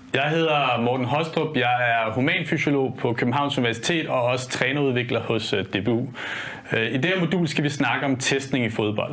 Jeg hedder Morten Hostrup. Jeg er humanfysiolog på Københavns Universitet og også trænerudvikler hos DBU. I det her modul skal vi snakke om testning i fodbold.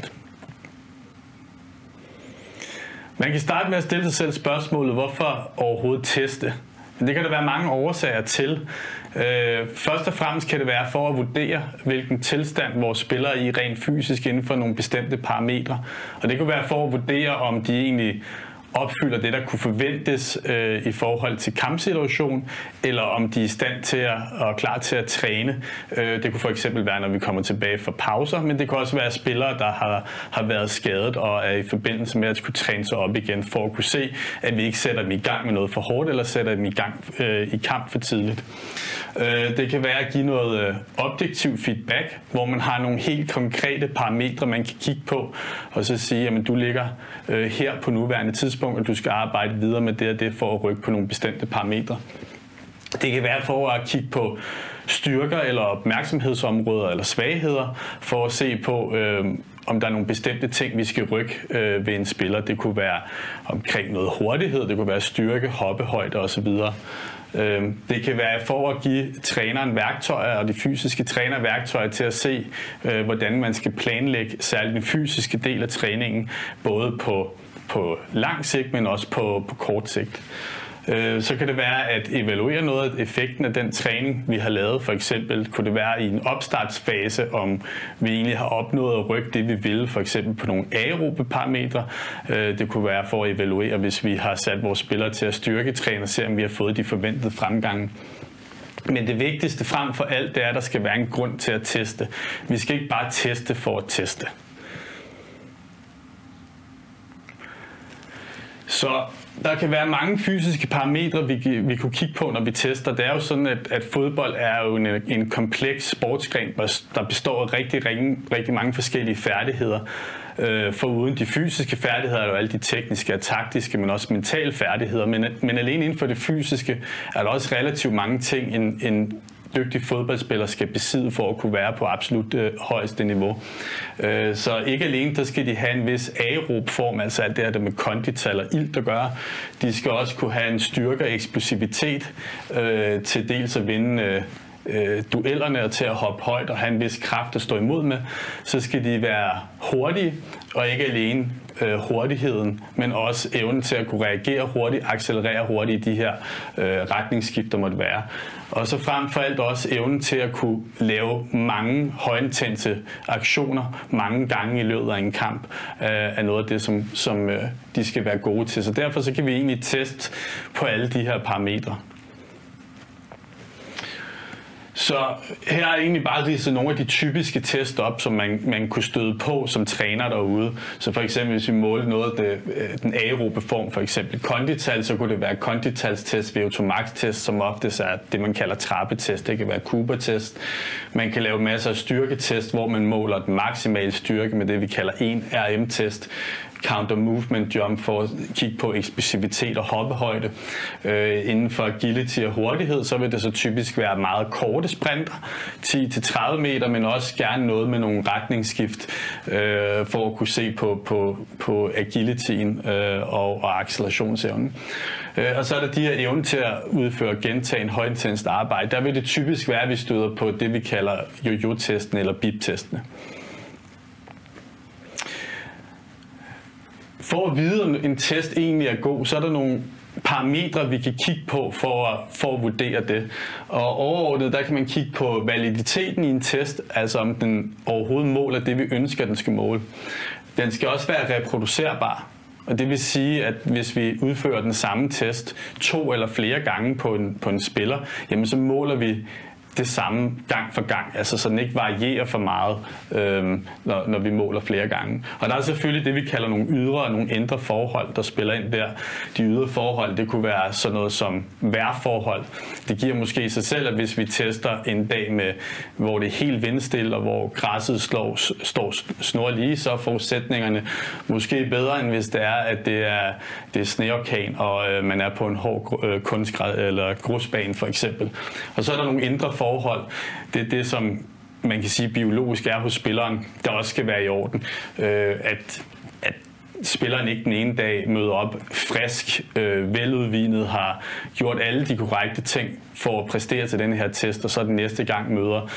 Man kan starte med at stille sig selv spørgsmålet, hvorfor overhovedet teste? Det kan der være mange årsager til. Først og fremmest kan det være for at vurdere, hvilken tilstand vores spillere er i rent fysisk inden for nogle bestemte parametre. Og det kan være for at vurdere, om de egentlig opfylder det, der kunne forventes i forhold til kampsituation, eller om de er i stand til og klar til at træne. Det kunne for eksempel være, når vi kommer tilbage fra pauser, men det kan også være spillere, der har været skadet og er i forbindelse med at skulle træne sig op igen, for at kunne se, at vi ikke sætter dem i gang med noget for hårdt, eller sætter dem i gang i kamp for tidligt. Det kan være at give noget objektiv feedback, hvor man har nogle helt konkrete parametre, man kan kigge på, og så sige, at du ligger her på nuværende tidspunkt, og du skal arbejde videre med det og det for at rykke på nogle bestemte parametre. Det kan være for at kigge på styrker eller opmærksomhedsområder eller svagheder, for at se på, om der er nogle bestemte ting, vi skal rykke ved en spiller. Det kunne være omkring noget hurtighed, det kunne være styrke, hoppehøjde osv. Det kan være for at give træneren værktøjer, og de fysiske træner værktøjer til at se, hvordan man skal planlægge særligt den fysiske del af træningen, både på lang sigt, men også på kort sigt. Så kan det være at evaluere noget af effekten af den træning, vi har lavet. For eksempel kunne det være i en opstartsfase, om vi egentlig har opnået at rykke det, vi ville, for eksempel på nogle aerobe parametre. Det kunne være for at evaluere, hvis vi har sat vores spillere til at styrketræne og se, om vi har fået de forventede fremgange. Men det vigtigste frem for alt, det er, at der skal være en grund til at teste. Vi skal ikke bare teste for at teste. Så der kan være mange fysiske parametre, vi kunne kigge på, når vi tester. Det er jo sådan, at fodbold er jo en kompleks sportsgren, der består af rigtig mange forskellige færdigheder. Foruden de fysiske færdigheder er der jo alle de tekniske og taktiske, men også mentale færdigheder. Men alene inden for det fysiske er der også relativt mange ting, en dygtig fodboldspiller skal besidde for at kunne være på absolut højeste niveau. Så ikke alene, der skal de have en vis aerob form, altså alt det her der med kondital og ilt at gøre. De skal også kunne have en styrke og eksplosivitet til dels at vinde duellerne og til at hoppe højt og have en vis kraft at stå imod med. Så skal de være hurtige, og ikke alene hurtigheden, men også evnen til at kunne reagere hurtigt, accelerere hurtigt i de her retningsskifter måtte være. Og så frem for alt også evnen til at kunne lave mange højintense aktioner mange gange i løbet af en kamp er noget af det, som de skal være gode til. Så derfor så kan vi egentlig teste på alle de her parametre. Så her er egentlig bare ridset nogle af de typiske test op, som man kunne støde på som træner derude. Så for eksempel hvis vi målte noget af den aerobe form, for eksempel kondital, så kunne det være konditalstest, VO2 max-test, som oftest er det, man kalder trappetest. Det kan være Cooper-test. Man kan lave masser af styrketest, hvor man måler den maksimale styrke med det, vi kalder en RM-test. Counter movement jump for at kigge på eksplosivitet og hoppehøjde. Inden for agility og hurtighed, så vil det så typisk være meget korte sprinter, 10-30 meter, men også gerne noget med nogle retningsskift, for at kunne se på agilityen og accelerationsevnen. Og så er der de her evne til at udføre gentagen højintenst arbejde. Der vil det typisk være, at vi støder på det, vi kalder jo-jo-testen eller bip-testene. For at vide, om en test egentlig er god, så er der nogle parametre, vi kan kigge på for at vurdere det. Og overordnet, der kan man kigge på validiteten i en test, altså om den overhovedet måler det, vi ønsker, den skal måle. Den skal også være reproducerbar. Og det vil sige, at hvis vi udfører den samme test 2 eller flere gange på en spiller, jamen så måler vi det samme gang for gang, altså så den ikke varierer for meget, når vi måler flere gange. Og der er selvfølgelig det, vi kalder nogle ydre og nogle indre forhold, der spiller ind der. De ydre forhold, det kunne være sådan noget som vejrforhold. Det giver måske sig selv, at hvis vi tester en dag, hvor det er helt vindstille, og hvor græsset står snorlige, så er forudsætningerne måske bedre, end hvis det er, at det er sneorkan, og man er på en hård kunstgræs eller grusbane for eksempel. Og så er der nogle indre forhold. Det er det, som man kan sige biologisk er hos spilleren, der også skal være i orden. At spilleren ikke den ene dag møder op frisk, veludvinet, har gjort alle de korrekte ting for at præstere til den her test, og så den næste gang møder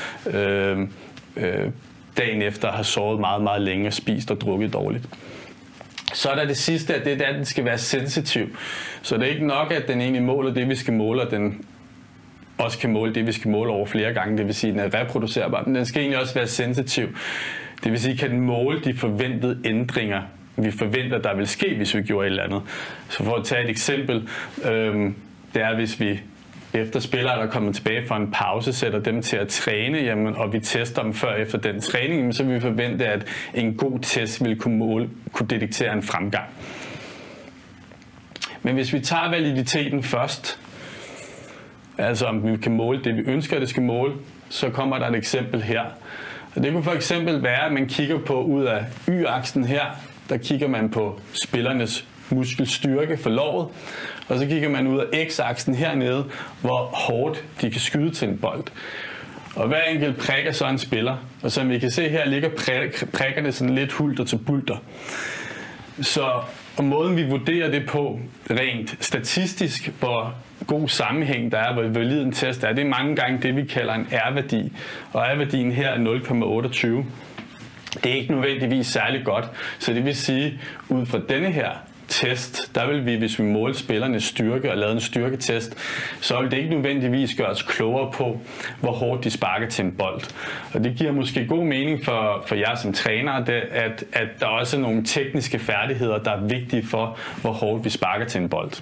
dagen efter har sovet meget, meget længe og spist og drukket dårligt. Så er der det sidste, at det er, at den skal være sensitiv. Så det er ikke nok, at den egentlig måler det, vi skal måle, og den også kan måle det, vi skal måle over flere gange. Det vil sige, at den er reproducerbar, men den skal egentlig også være sensitiv. Det vil sige, kan den måle de forventede ændringer, vi forventer, der vil ske, hvis vi gjorde et eller andet. Så for at tage et eksempel, det er, hvis vi efter spillere, der kommer tilbage fra en pause, sætter dem til at træne, jamen, og vi tester dem før efter den træning, så vil vi forvente, at en god test vil kunne detektere en fremgang. Men hvis vi tager validiteten først, altså om vi kan måle det, vi ønsker, at det skal måle, så kommer der et eksempel her. Og det kunne for eksempel være, at man kigger på ud af y-aksen her, der kigger man på spillernes muskelstyrke for låret, og så kigger man ud af x-aksen hernede, hvor hårdt de kan skyde til en bold. Og hver enkelt prik er så en spiller, og som vi kan se her, ligger prikkerne sådan lidt hulter til bulter. Så og måden vi vurderer det på rent statistisk, hvor god sammenhæng der er, hvor valid en test er, det er mange gange det, vi kalder en R-værdi. Og R-værdien her er 0,28. Det er ikke nødvendigvis særlig godt, så det vil sige, ud fra denne her test, der vil vi, hvis vi måler spillernes styrke og laver en styrketest, så vil det ikke nødvendigvis gøre os klogere på, hvor hårdt de sparker til en bold. Og det giver måske god mening for jer som trænere, at der også er nogle tekniske færdigheder, der er vigtige for, hvor hårdt vi sparker til en bold.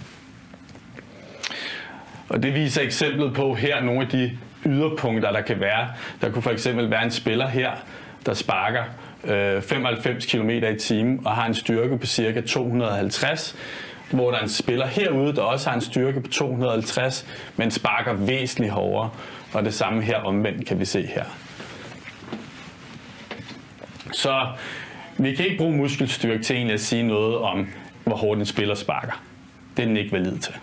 Og det viser eksemplet på her nogle af de yderpunkter, der kan være. Der kunne for eksempel være en spiller her, der sparker 95 km i timen og har en styrke på ca. 250, hvor der er en spiller herude, der også har en styrke på 250, men sparker væsentligt hårdere. Og det samme her omvendt kan vi se her. Så vi kan ikke bruge muskelstyrke til egentlig at sige noget om, hvor hårdt en spiller sparker. Det er den ikke valid til.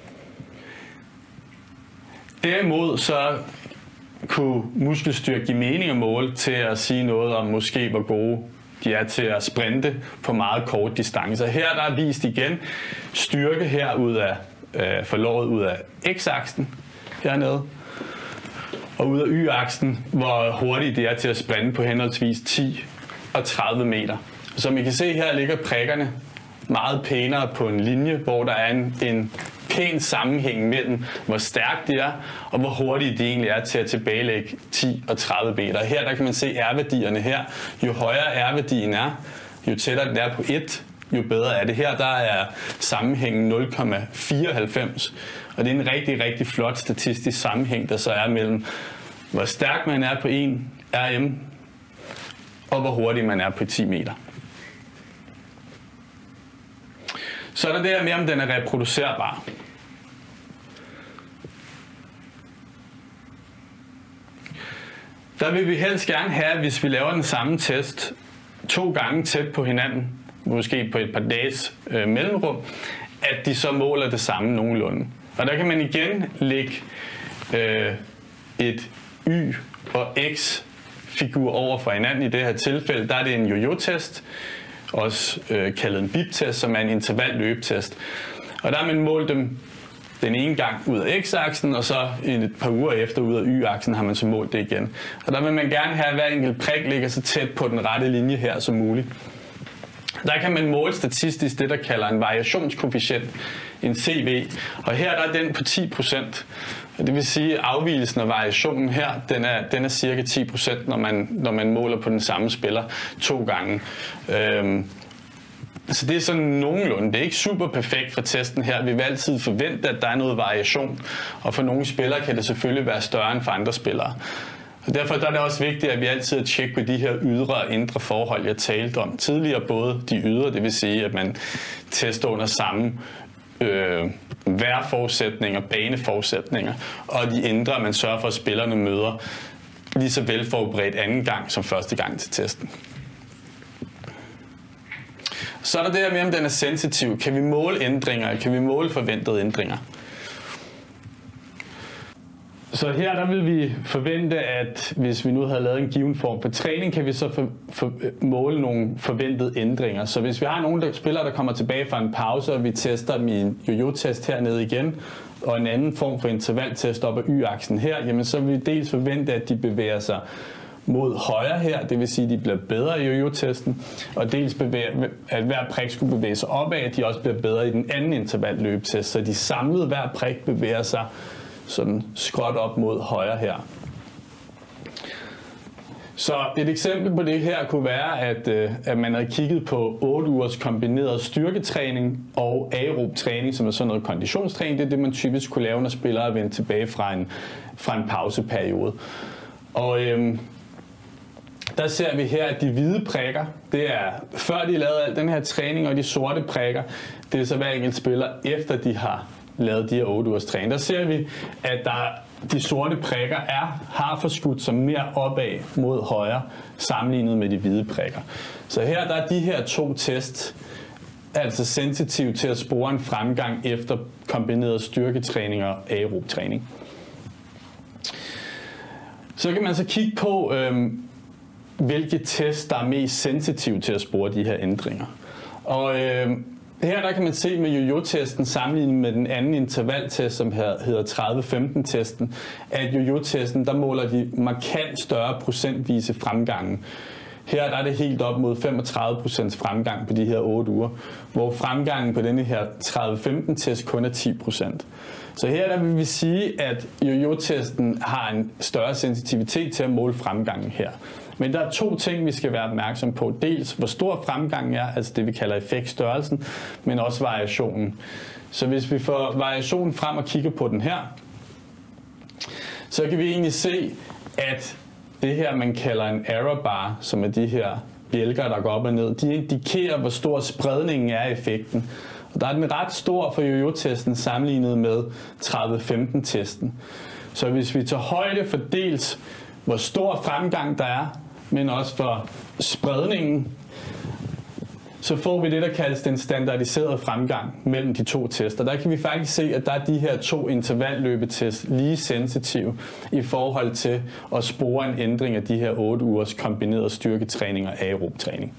Derimod så kunne muskelstyrke give mening at måle til at sige noget om måske hvor gode de er til at sprinte på meget kort distance. Her der er vist igen styrke her ud af forlåret ud af x-aksen hernede, og ud af y-aksen, hvor hurtigt det er til at sprinte på henholdsvis 10 og 30 meter. Som I kan se her ligger prikkerne meget pænere på en linje, hvor der er en pæn sammenhæng mellem, hvor stærkt de er, og hvor hurtigt de egentlig er til at tilbagelægge 10 og 30 meter. Her der kan man se R-værdierne her. Jo højere R-værdien er, jo tættere den er på 1, jo bedre er det. Her der er sammenhængen 0,94, og det er en rigtig, rigtig flot statistisk sammenhæng, der så er mellem, hvor stærk man er på 1 RM, og hvor hurtigt man er på 10 meter. Så er der det her med, om den er reproducerbar. Der vil vi helst gerne have, hvis vi laver den samme test 2 gange tæt på hinanden, måske på et par dages mellemrum, at de så måler det samme nogenlunde. Og der kan man igen lægge et y- og x-figur over for hinanden. I det her tilfælde, der er det en jojo-test, også kaldet en bip-test, som er en intervalløbetest. Og der har man målt dem den ene gang ud af x-aksen, og så et par uger efter ud af y-aksen har man så målt det igen. Og der vil man gerne have, at hver enkelt prik ligger så tæt på den rette linje her som muligt. Der kan man måle statistisk det, der kalder en variationskoefficient, en CV. Og her der er den på 10%. Og det vil sige, at afvigelsen og variationen her, den er cirka 10%, når man måler på den samme spiller 2 gange. Så det er sådan nogenlunde. Det er ikke super perfekt for testen her. Vi vil altid forvente, at der er noget variation. Og for nogle spillere kan det selvfølgelig være større end for andre spillere. Og derfor er det også vigtigt, at vi altid tjekker på de her ydre og indre forhold, jeg talte om tidligere. Både de ydre, det vil sige, at man tester under samme vejrforudsætninger, baneforudsætninger, og de indre, at man sørger for, at spillerne møder lige så velforberedt anden gang som første gang til testen. Så er der det her med, om den er sensitiv. Kan vi måle ændringer? Kan vi måle forventede ændringer? Så her der vil vi forvente, at hvis vi nu havde lavet en given form for træning, kan vi så måle nogle forventede ændringer. Så hvis vi har nogle spillere, der kommer tilbage fra en pause, og vi tester dem i en jojo-test hernede igen, og en anden form for intervaltest op ad y-aksen her, jamen så vil vi dels forvente, at de bevæger sig mod højre her, det vil sige, at de bliver bedre i jojo-testen, og dels at hver prik skulle bevæge sig opad, at de også bliver bedre i den anden intervalløbetest, så de samlede hver prik bevæger sig sådan skråt op mod højre her. Så et eksempel på det her kunne være, at man havde kigget på 8 ugers kombineret styrketræning og aerob træning, som er sådan noget konditionstræning. Det er det, man typisk kunne lave, når spillere vendte tilbage fra en pauseperiode. Og der ser vi her, at de hvide prikker, det er før de lavede al den her træning, og de sorte prikker, det er så hver enkelt spiller, efter de har lavet de her 8 ugers træning. Der ser vi, at de sorte prikker har forskudt sig mere opad mod højre, sammenlignet med de hvide prikker. Så her der er de her 2 test altså sensitive til at spore en fremgang efter kombineret styrketræning og aerob træning. Så kan man så kigge på, hvilke test, der er mest sensitive til at spore de her ændringer. Og her der kan man se med jojo-testen sammenlignet med den anden intervaltest, som hedder 30-15-testen, at jojo-testen, der måler de markant større procentvise fremgange. Her der er det helt op mod 35% fremgang på de her 8 uger, hvor fremgangen på denne her 30-15-test kun er 10%. Så her der vil vi sige, at jojo-testen har en større sensitivitet til at måle fremgangen her. Men der er 2 ting, vi skal være opmærksom på. Dels hvor stor fremgangen er, altså det vi kalder effektstørrelsen, men også variationen. Så hvis vi får variationen frem og kigger på den her, så kan vi egentlig se, at det her man kalder en error bar, som er de her bjælker, der går op og ned, de indikerer, hvor stor spredningen er af effekten. Og der er den ret stor for jojo-testen sammenlignet med 30-15-testen. Så hvis vi tager højde for dels, hvor stor fremgang der er, men også for spredningen, så får vi det, der kaldes den standardiserede fremgang mellem de 2 tester. Der kan vi faktisk se, at der er de her 2 intervalløbetest lige sensitive i forhold til at spore en ændring af de her 8 ugers kombineret styrketræning og aerob træning.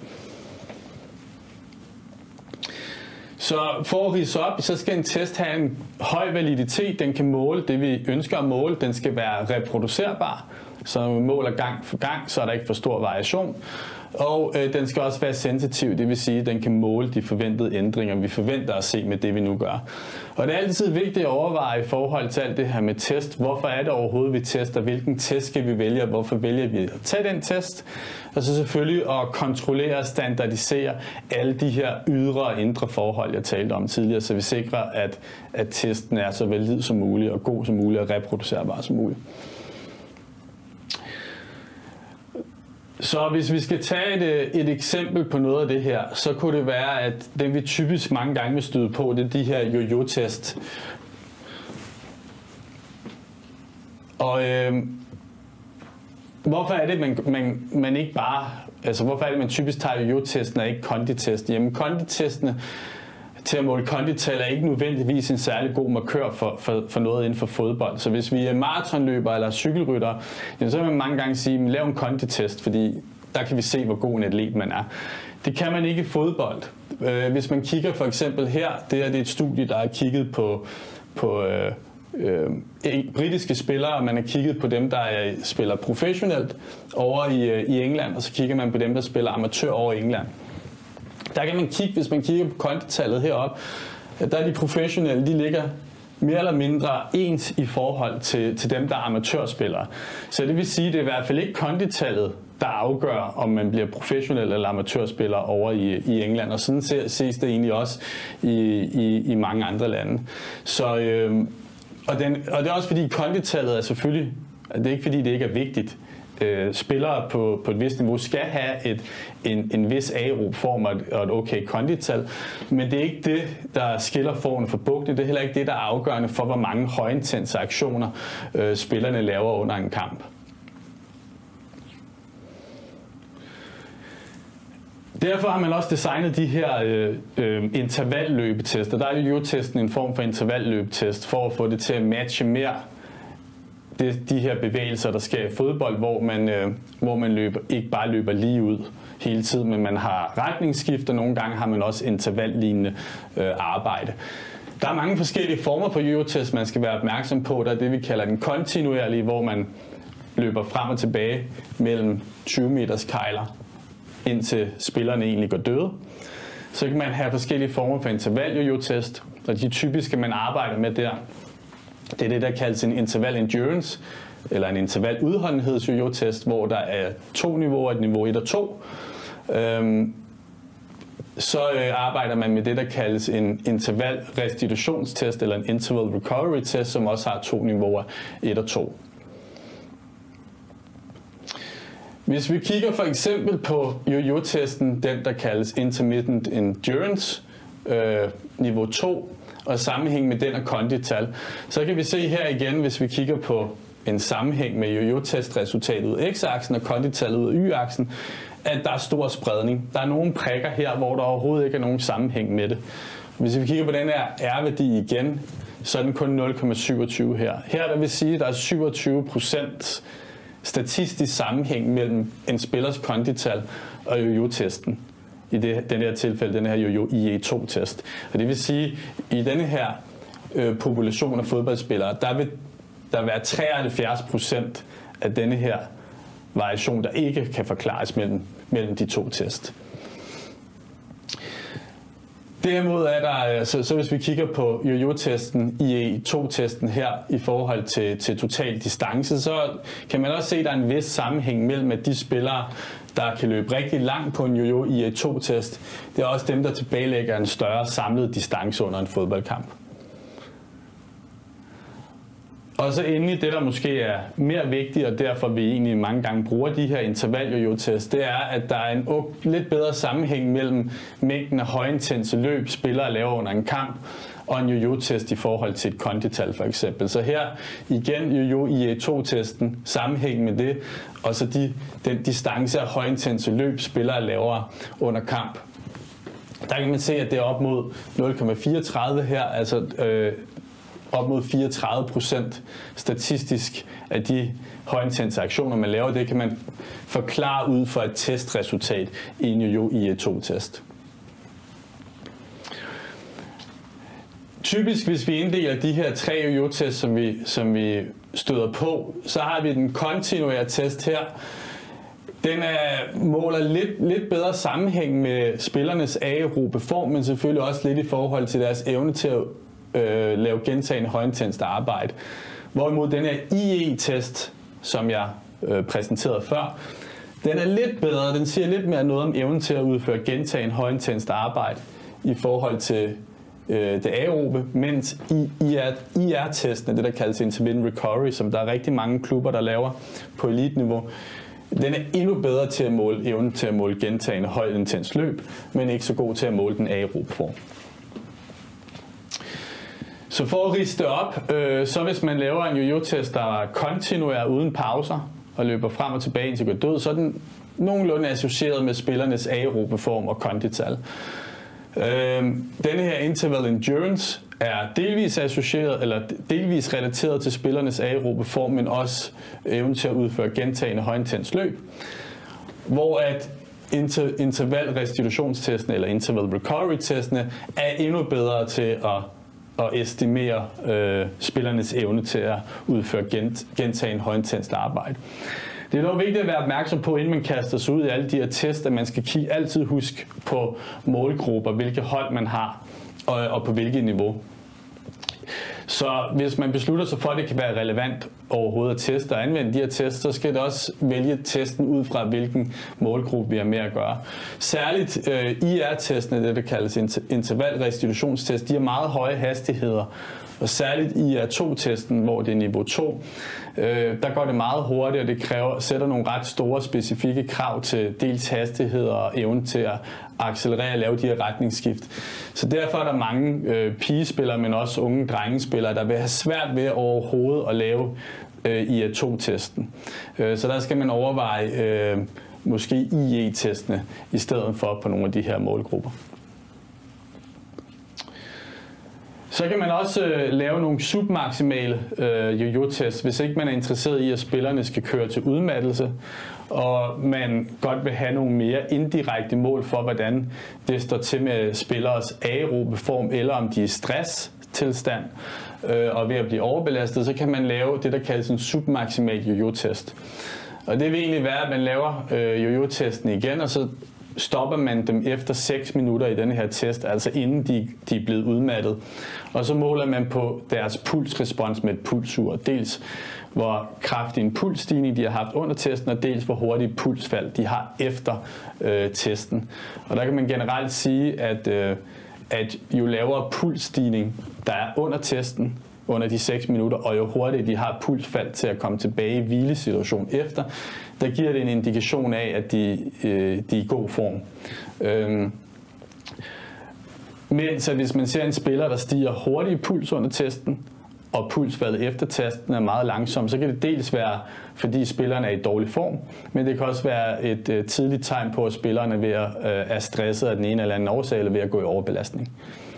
Så for at ridse op, så skal en test have en høj validitet. Den kan måle det, vi ønsker at måle. Den skal være reproducerbar, så når vi måler gang for gang, så er der ikke for stor variation. Og den skal også være sensitiv, det vil sige, at den kan måle de forventede ændringer, vi forventer at se med det, vi nu gør. Og det er altid vigtigt at overveje i forhold til alt det her med test. Hvorfor er det overhovedet, vi tester? Hvilken test skal vi vælge, og hvorfor vælger vi at tage den test? Og så selvfølgelig at kontrollere og standardisere alle de her ydre og indre forhold, jeg talte om tidligere, så vi sikrer, at testen er så valid som muligt, og god som muligt, og reproducerbar som muligt. Så hvis vi skal tage et eksempel på noget af det her, så kunne det være, at det vi typisk mange gange vil støde på, det er de her jojo-test. Og hvorfor er det, man ikke bare, altså hvorfor er det, man typisk tager jojo-testen og ikke konditesten? Jamen konditestene til at måle kondital er ikke nødvendigvis en særlig god markør for noget inden for fodbold. Så hvis vi er maratonløbere eller cykelryttere, så vil man mange gange sige, lav en konditest, fordi der kan vi se, hvor god en atlet man er. Det kan man ikke i fodbold. Hvis man kigger for eksempel her, det er et studie, der har kigget på britiske spillere, og man har kigget på dem, der spiller professionelt over i England, og så kigger man på dem, der spiller amatør over i England. Der kan man kigge, hvis man kigger på konditallet heroppe, der er de professionelle, de ligger mere eller mindre ens i forhold til dem, der er amatørspillere. Så det vil sige, at det er i hvert fald ikke konditallet, der afgør, om man bliver professionel eller amatørspiller over i England. Og sådan ses det egentlig også i mange andre lande. Så, og det er også fordi, konditallet er selvfølgelig, det er ikke fordi, det ikke er vigtigt. Spillere på et vist niveau skal have en vis aerob form og et okay kondital, men det er ikke det, der skiller formen fra bugten. Det er heller ikke det, der er afgørende for, hvor mange højintense aktioner spillerne laver under en kamp. Derfor har man også designet de her intervalløbetester. Der er jo testen en form for intervalløbetest for at få det til at matche mere de her bevægelser, der sker i fodbold, hvor man ikke bare løber lige ud hele tiden, men man har retningsskift, og nogle gange har man også intervallignende arbejde. Der er mange forskellige former for yo-yo-test, man skal være opmærksom på. Der er det, vi kalder den kontinuerlige, hvor man løber frem og tilbage mellem 20 meters kejler, indtil spillerne egentlig går døde. Så kan man have forskellige former for interval-yo-yo-test, og de typiske, man arbejder med der, det er det, der kaldes en interval endurance, eller en interval udholdenheds-yo-yo-test, hvor der er 2 niveauer, et niveau 1 og 2. Så arbejder man med det, der kaldes en interval restitutionstest, eller en interval recovery test, som også har 2 niveauer, 1 og 2. Hvis vi kigger for eksempel på yo-yo-testen, den der kaldes intermittent endurance, niveau 2, og sammenhæng med den og kondital, så kan vi se her igen, hvis vi kigger på en sammenhæng med yo-yo-testresultatet ud af x-aksen og konditallet ud af y-aksen, at der er stor spredning. Der er nogle prikker her, hvor der overhovedet ikke er nogen sammenhæng med det. Hvis vi kigger på den her R-værdi igen, så er den kun 0,27 her. Her der vil sige, at der er 27% statistisk sammenhæng mellem en spillers kondital og yo-yo-testen. I den her tilfælde, den her yo-yo IE2-test. Og det vil sige, at i denne her population af fodboldspillere, der vil der være 73% af denne her variation, der ikke kan forklares mellem de to test. Derimod er der, så hvis vi kigger på yo-yo-testen, IE2-testen her i forhold til total distance, så kan man også se, at der er en vis sammenhæng mellem at de spillere, der kan løbe rigtig langt på en yo-yo IE2-test, det er også dem, der tilbagelægger en større samlet distance under en fodboldkamp. Og så endelig det, der måske er mere vigtigt, og derfor vi egentlig mange gange bruger de her interval-yo-yo-test, det er, at der er en lidt bedre sammenhæng mellem mængden af højintense løb, spillere laver under en kamp, og en yo-yo-test i forhold til et kondital for eksempel. Så her igen yo-yo IE2-testen, sammenhæng med det, og så den distance af højintense løb, spillere laver under kamp. Der kan man se, at det er op mod 0,34 her, altså op mod 34% statistisk af de højintense aktioner, man laver. Det kan man forklare ud fra et testresultat i en yo-yo IE2-test. Typisk, hvis vi inddeler de her 3 yo-yo-tests, som vi støder på, så har vi den kontinuerlige test her. Den måler lidt bedre sammenhæng med spillernes aerobe form, men selvfølgelig også lidt i forhold til deres evne til at lave gentagende højintenst arbejde. Hvorimod den her IE-test, som jeg præsenterede før, den er lidt bedre. Den siger lidt mere noget om evnen til at udføre gentagende højintenst arbejde i forhold til det aerobe, mens IR-testen, det der kaldes intermittent recovery, som der er rigtig mange klubber, der laver på elite-niveau, den er endnu bedre til at måle evnen til at måle gentagende højintens løb, men ikke så god til at måle den aerobe form. Så for at riste op, så hvis man laver en yo-yo-test, der er kontinuer uden pauser og løber frem og tilbage indtil går død, så er den nogenlunde associeret med spillernes aerobe form og kondital. Denne her interval endurance er delvis associeret eller delvis relateret til spillernes aerobe form, men også evnen til at udføre gentagende højintens løb, hvor at interval restitutionstesten eller interval recovery testene er endnu bedre til at estimere spillernes evne til at udføre gentagende højintenst arbejde. Det er dog vigtigt at være opmærksom på, inden man kaster sig ud i alle de her tests, at man skal altid huske på målgrupper, hvilke hold man har og på hvilket niveau. Så hvis man beslutter sig for, at det kan være relevant overhovedet at teste og anvende de her tests, så skal det også vælge testen ud fra, hvilken målgruppe vi har med at gøre. Særligt IR-testene, det der kaldes intervalrestitutionstest, de har meget høje hastigheder. Og særligt IR2-testen, hvor det er niveau 2, der går det meget hurtigt, og det sætter nogle ret store specifikke krav til dels hastighed og evne til at accelerere og lave de her retningsskift. Så derfor er der mange pigespillere, men også unge drengespillere, der vil have svært ved overhovedet at lave IR2-testen. Så der skal man overveje måske IE-testene i stedet for på nogle af de her målgrupper. Så kan man også lave nogle submaksimale yo-yo-tests, hvis ikke man er interesseret i, at spillerne skal køre til udmattelse, og man godt vil have nogle mere indirekte mål for, hvordan det står til med spilleres aerobe form, eller om de er i stresstilstand og ved at blive overbelastet, så kan man lave det, der kaldes en submaximal yo-yo-test. Og det vil egentlig være, at man laver yo-yo-testen igen, og så stopper man dem efter 6 minutter i denne her test, altså inden de er blevet udmattet. Og så måler man på deres pulsrespons med et pulsur. Dels hvor kraftig en pulsstigning de har haft under testen, og dels hvor hurtigt pulsfald de har efter testen. Og der kan man generelt sige, at jo lavere pulsstigning der er under testen, under de 6 minutter, og jo hurtigt de har pulsfald til at komme tilbage i hvilesituation efter, der giver det en indikation af, at de er i god form. Mens hvis man ser en spiller, der stiger hurtigt i puls under testen, og pulsfaldet efter testen er meget langsom, så kan det dels være, fordi spilleren er i dårlig form, men det kan også være et tidligt tegn på, at spilleren er stresset af den ene eller anden årsag, eller ved at gå i overbelastning.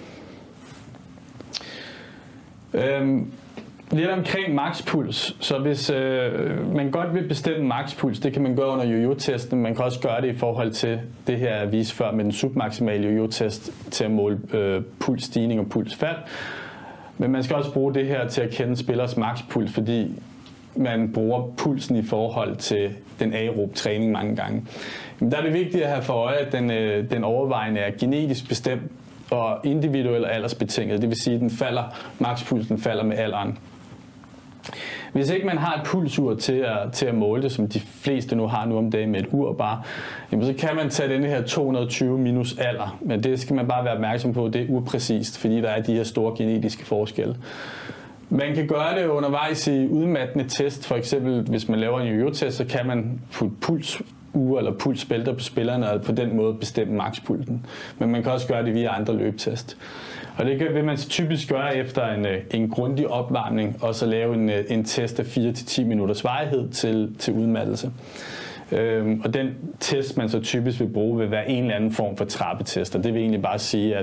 Lidt omkring makspuls. Så hvis man godt vil bestemme makspuls, det kan man gøre under yo-yo-testen. Man kan også gøre det i forhold til det her, jeg viste før med den submaksimale yo-yo-test til at måle pulsstigning og pulsfald. Men man skal også bruge det her til at kende spillers makspuls, fordi man bruger pulsen i forhold til den aerob træning mange gange. Men der er det vigtigt at have for øje, at den overvejende er genetisk bestemt og individuelt og aldersbetinget. Det vil sige, at makspulsen falder med alderen. Hvis ikke man har et pulsur til at måle det, som de fleste nu har nu om dagen med et ur bare, jamen så kan man tage denne her 220 minus alder. Men det skal man bare være opmærksom på, det er upræcist, fordi der er de her store genetiske forskelle. Man kan gøre det undervejs i udmattende test. For eksempel, hvis man laver en yo-yo-test, så kan man putte pulsure eller pulsbælter på spillerne og på den måde bestemme makspulsen. Men man kan også gøre det via andre løbetest. Og det vil man typisk gøre efter en grundig opvarmning, og så lave en test af 4-10 minutters varighed til udmattelse. Og den test, man så typisk vil bruge, vil være en eller anden form for trappetest. Og det vil egentlig bare sige,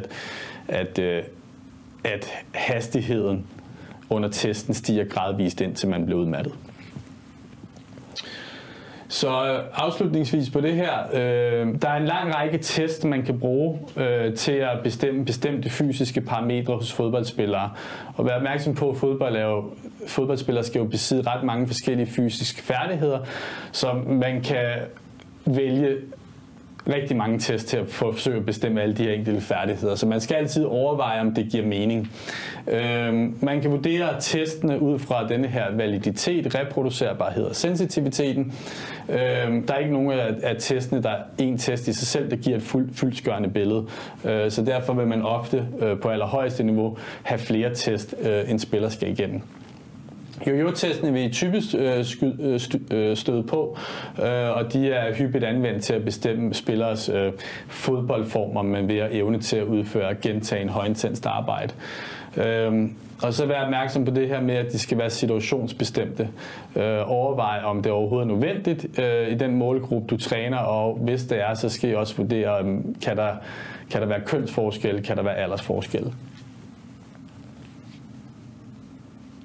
at hastigheden under testen stiger gradvist, indtil man bliver udmattet. Så afslutningsvis på det her, der er en lang række tests, man kan bruge til at bestemme bestemte fysiske parametre hos fodboldspillere. Og vær opmærksom på, at fodboldspillere skal jo besidde ret mange forskellige fysiske færdigheder, så man kan vælge rigtig mange tests til at forsøge at bestemme alle de her enkelte færdigheder. Så man skal altid overveje, om det giver mening. Man kan vurdere testene ud fra denne her validitet, reproducerbarhed og sensitiviteten. Der er ikke nogen af testene, der er en test i sig selv, der giver et fyldestgørende billede. Så derfor vil man ofte på allerhøjeste niveau have flere test, en spiller skal igennem. Yo-yo-testene vil I typisk støde på, og de er hyppigt anvendt til at bestemme spillers fodboldformer, men ved at evne til at udføre gentagen højintenst arbejde. Og så vær opmærksom på det her med, at de skal være situationsbestemte. Overvej, om det overhovedet er nødvendigt i den målgruppe, du træner, og hvis det er, så skal I også vurdere, kan der være kønsforskel, kan der være aldersforskel.